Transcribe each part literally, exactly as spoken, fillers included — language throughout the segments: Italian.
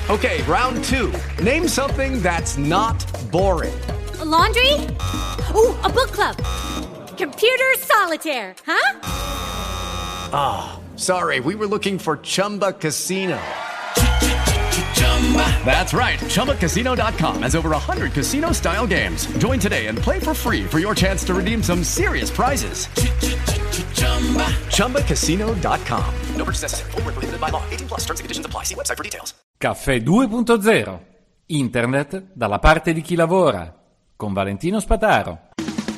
Okay, round two. Name something that's not boring. A laundry? Ooh, a book club. Computer solitaire, huh? Ah, oh, sorry, we were looking for Chumba Casino. That's right, Chumba Casino dot com has over one hundred casino-style games. Join today and play for free for your chance to redeem some serious prizes. Chumba Casino dot com. No purchase necessary. Void where prohibited by law. eighteen plus terms and conditions apply. See website for details. Caffè due punto zero. Internet dalla parte di chi lavora. Con Valentino Spataro.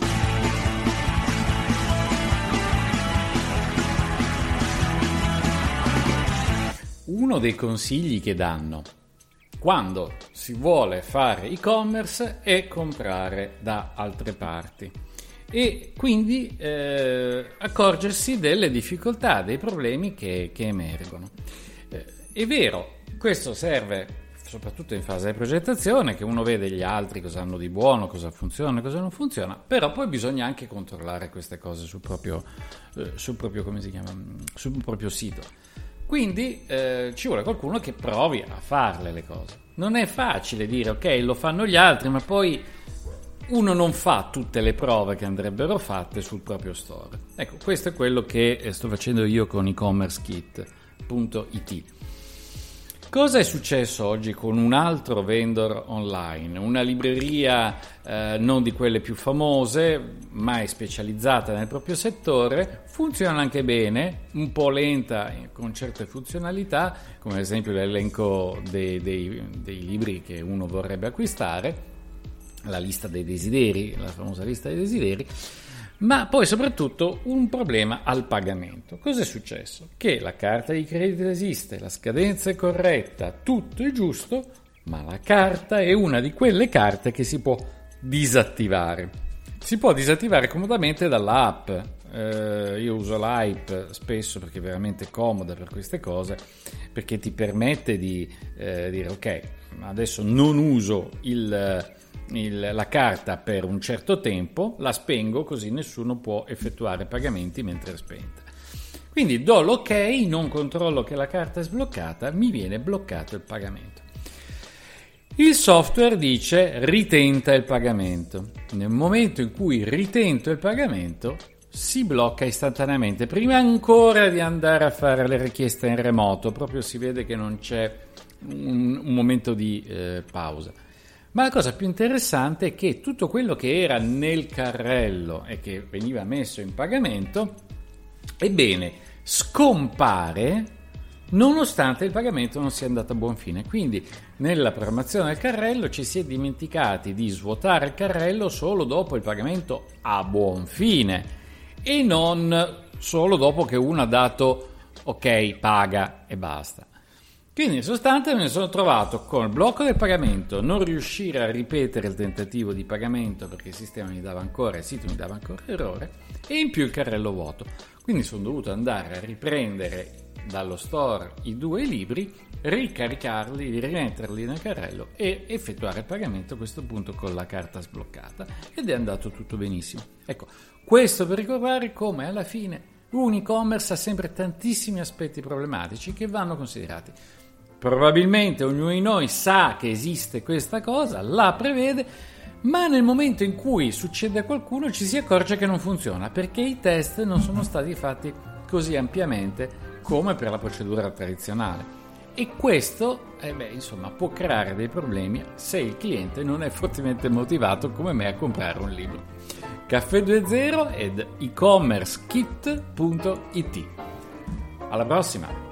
Uno dei consigli che danno quando si vuole fare e-commerce è comprare da altre parti e quindi eh, accorgersi delle difficoltà, dei problemi che, che emergono. Eh, è vero, questo serve soprattutto in fase di progettazione, che uno vede gli altri cosa hanno di buono, cosa funziona, cosa non funziona, però poi bisogna anche controllare queste cose sul proprio, eh, sul proprio, come si chiama, sul proprio sito. Quindi eh, ci vuole qualcuno che provi a farle le cose. Non è facile dire ok, lo fanno gli altri, ma poi uno non fa tutte le prove che andrebbero fatte sul proprio store. Ecco, questo è quello che sto facendo io con e commerce kit punto it. Cosa è successo oggi con un altro vendor online? Una libreria eh, non di quelle più famose, ma è specializzata nel proprio settore, funziona anche bene, un po' lenta con certe funzionalità, come ad esempio l'elenco dei, dei, dei libri che uno vorrebbe acquistare, la lista dei desideri, la famosa lista dei desideri, ma poi soprattutto un problema al pagamento. Cosa è successo? Che la carta di credito esiste, la scadenza è corretta, tutto è giusto, ma la carta è una di quelle carte che si può disattivare. Si può disattivare comodamente dall'app. Eh, io uso l'Hype spesso perché è veramente comoda per queste cose, perché ti permette di eh, dire ok, adesso non uso il... Il, la carta per un certo tempo, la spengo così nessuno può effettuare pagamenti mentre è spenta. Quindi do l'ok, non controllo che la carta è sbloccata, mi viene bloccato il pagamento. Il software dice ritenta il pagamento. Nel momento in cui ritento il pagamento si blocca istantaneamente, prima ancora di andare a fare le richieste in remoto, proprio si vede che non c'è un, un momento di eh, pausa. Ma la cosa più interessante è che tutto quello che era nel carrello e che veniva messo in pagamento, ebbene, scompare nonostante il pagamento non sia andato a buon fine. Quindi nella programmazione del carrello ci si è dimenticati di svuotare il carrello solo dopo il pagamento a buon fine e non solo dopo che uno ha dato ok, paga e basta. Quindi in sostanza me ne sono trovato con il blocco del pagamento, non riuscire a ripetere il tentativo di pagamento perché il sistema mi dava ancora, il sito mi dava ancora errore, e in più il carrello vuoto. Quindi sono dovuto andare a riprendere dallo store i due libri, ricaricarli, rimetterli nel carrello e effettuare il pagamento a questo punto con la carta sbloccata, ed è andato tutto benissimo. Ecco, questo per ricordare come alla fine un e-commerce ha sempre tantissimi aspetti problematici che vanno considerati. Probabilmente ognuno di noi sa che esiste questa cosa, la prevede, ma nel momento in cui succede a qualcuno ci si accorge che non funziona, perché i test non sono stati fatti così ampiamente come per la procedura tradizionale. E questo, eh beh, insomma, può creare dei problemi se il cliente non è fortemente motivato come me a comprare un libro. Caffè due zero ed e commerce kit punto it. Alla prossima!